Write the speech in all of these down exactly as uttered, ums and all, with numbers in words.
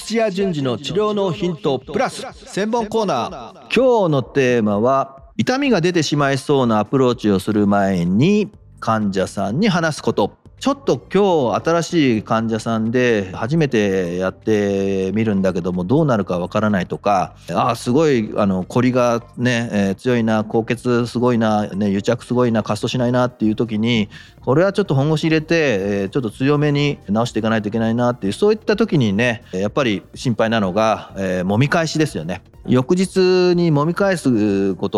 土屋順次の治療のヒントプラス専門コーナー。今日のテーマは、痛みが出てしまいそうなアプローチをする前に患者さんに話すこと。ちょっと今日新しい患者さんで初めてやってみるんだけどもどうなるかわからないとか、あすごいあの凝りがね、えー、強いな、高血すごいな、ね、癒着すごいな、カストしないなっていう時に、これはちょっと本腰入れて、えー、ちょっと強めに直していかないといけないなっていう、そういった時にねやっぱり心配なのが、えー、揉み返しですよね。翌日に揉み返すこと、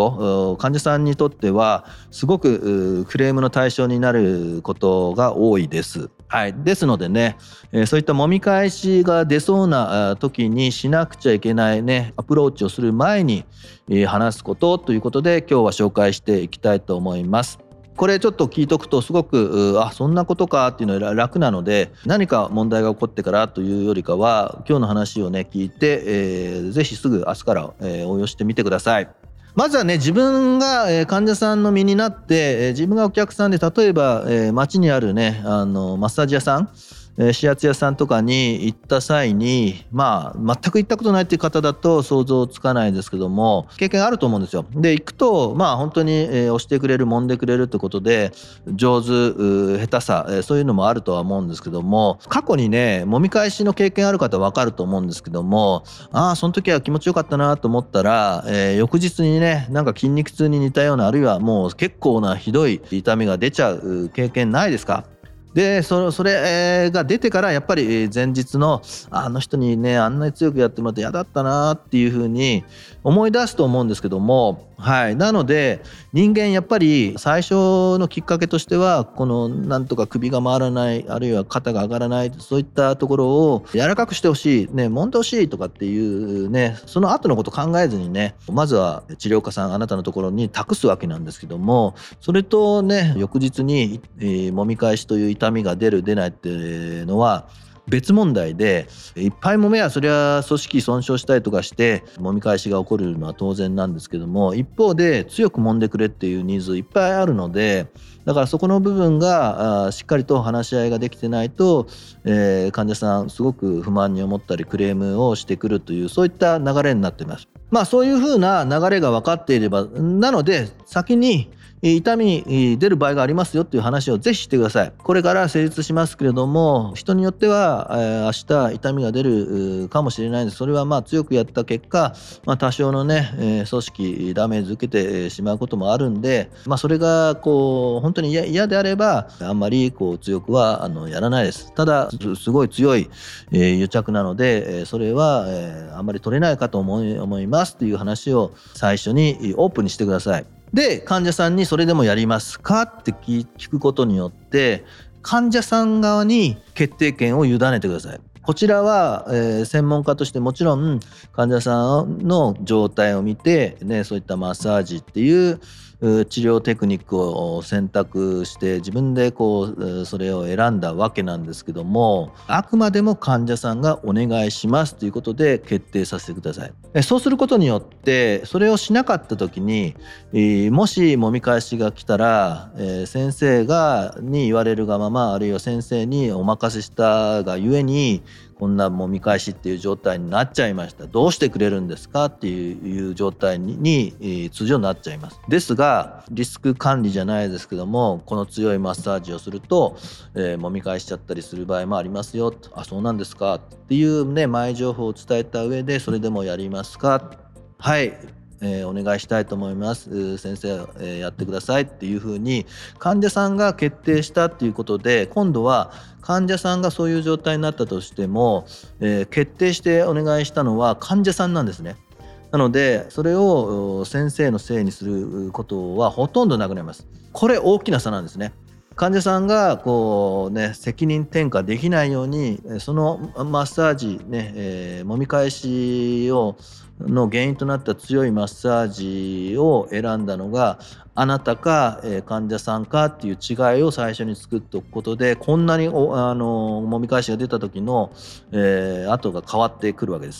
患者さんにとってはすごくクレームの対象になることが多いです。はい、ですのでね、えー、そういった揉み返しが出そうな時にしなくちゃいけないねアプローチをする前に、えー、話すことということで今日は紹介していきたいと思います。これちょっと聞いとくとすごくあそんなことかっていうのは楽なので、何か問題が起こってからというよりかは今日の話をね聞いて、えー、ぜひすぐ明日から、えー、応用してみてください。まずはね、自分が患者さんの身になって自分がお客さんで、例えば街にあるねあのマッサージ屋さん、指圧屋さんとかに行った際に、まあ全く行ったことないっていう方だと想像つかないですけども、経験あると思うんですよ。で行くとまあ本当に、えー、押してくれる、揉んでくれるってことで上手下手さ、えー、そういうのもあるとは思うんですけども、過去にね揉み返しの経験ある方は分かると思うんですけども、ああその時は気持ちよかったなと思ったら、えー、翌日にねなんか筋肉痛に似たような、あるいはもう結構なひどい痛みが出ちゃう経験ないですか？で そ, それが出てからやっぱり前日のあの人にねあんなに強くやってもらって嫌だったなっていう風に思い出すと思うんですけども、はい、なので人間やっぱり最初のきっかけとしてはこのなんとか首が回らない、あるいは肩が上がらない、そういったところを柔らかくしてほしい、ね、揉んでほしいとかっていうね、その後のこと考えずにね、まずは治療家さんあなたのところに託すわけなんですけども、それとね翌日に、えー、揉み返しという痛みが出る出ないっていうのは別問題で、いっぱい揉めはそれは組織損傷したりとかして揉み返しが起こるのは当然なんですけども、一方で強く揉んでくれっていうニーズいっぱいあるので、だからそこの部分がしっかりと話し合いができてないと、えー、患者さんすごく不満に思ったりクレームをしてくるという、そういった流れになっています。まあそういうふうな流れが分かっていれば、なので先に痛み出る場合がありますよっていう話をぜひしてください。これから成立しますけれども、人によっては、えー、明日痛みが出るかもしれないので、それはまあ強くやった結果、まあ、多少のね、えー、組織ダメージ受けてしまうこともあるんで、まあ、それがこう本当に嫌であればあんまりこう強くはあのやらないです。ただすごい強い、えー、癒着なので、それは、えー、あんまり取れないかと思い、思いますという話を最初にオープンにしてください。で患者さんにそれでもやりますかって聞くことによって患者さん側に決定権を委ねてください。こちらは、えー、専門家としてもちろん患者さんの状態を見て、ね、そういったマッサージっていう治療テクニックを選択して自分でこうそれを選んだわけなんですけども、あくまでも患者さんがお願いしますということで決定させてください。そうすることによってそれをしなかった時に、もし揉み返しが来たら先生がに言われるがまま、あるいは先生にお任せしたがゆえにこんな揉み返しっていう状態になっちゃいました、どうしてくれるんですかっていう状態に、に通常になっちゃいます。ですがリスク管理じゃないですけども、この強いマッサージをすると、えー、揉み返しちゃったりする場合もありますよ。あ、そうなんですかっていうね前情報を伝えた上で、それでもやりますか、はい、えー、お願いしたいと思います、先生、えー、やってくださいっていうふうに患者さんが決定したっていうことで、今度は患者さんがそういう状態になったとしても、えー、決定してお願いしたのは患者さんなんですね。なのでそれを先生のせいにすることはほとんどなくなります。これ大きな差なんですね。患者さんがこう、ね、責任転嫁できないようにそのマッサージ、ねえー、揉み返しをの原因となった強いマッサージを選んだのがあなたか、えー、患者さんかっていう違いを最初に作っておくことで、こんなにおあの揉み返しが出た時の、えー、後が変わってくるわけです。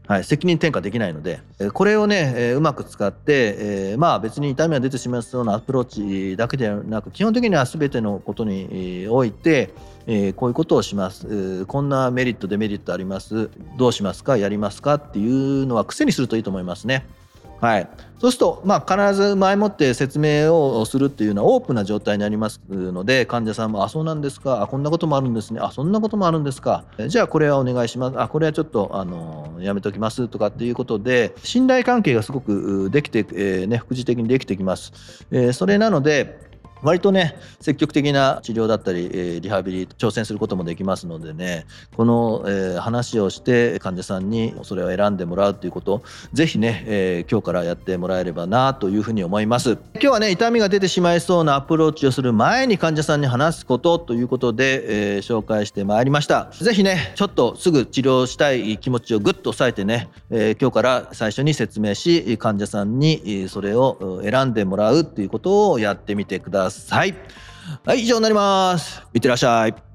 はい、責任転嫁できないので、これをね、えー、うまく使って、えー、まあ別に痛みが出てしまいそうなアプローチだけではなく、基本的には全てのことにおいて、えー、こういうことをします、えー、こんなメリットデメリットあります、どうしますか、やりますかっていうのは癖にするといいと思いますね。はい、そうすると、まあ、必ず前もって説明をするっていうのはオープンな状態になりますので、患者さんもあそうなんですか、あこんなこともあるんですね、あそんなこともあるんですか、じゃあこれはお願いします、あこれはちょっとあのやめときますとかっていうことで、信頼関係がすごくできて、えーね、副次的にできてきます。えー、それなので割とね積極的な治療だったり、えー、リハビリ挑戦することもできますのでね、この、えー、話をして患者さんにそれを選んでもらうということをぜひね、えー、今日からやってもらえればなというふうに思います。今日はね痛みが出てしまいそうなアプローチをする前に患者さんに話すことということで、えー、紹介してまいりました。ぜひねちょっとすぐ治療したい気持ちをぐっと抑えてね、えー、今日から最初に説明し患者さんにそれを選んでもらうということをやってみてください。はい、以上になります。いってらっしゃい。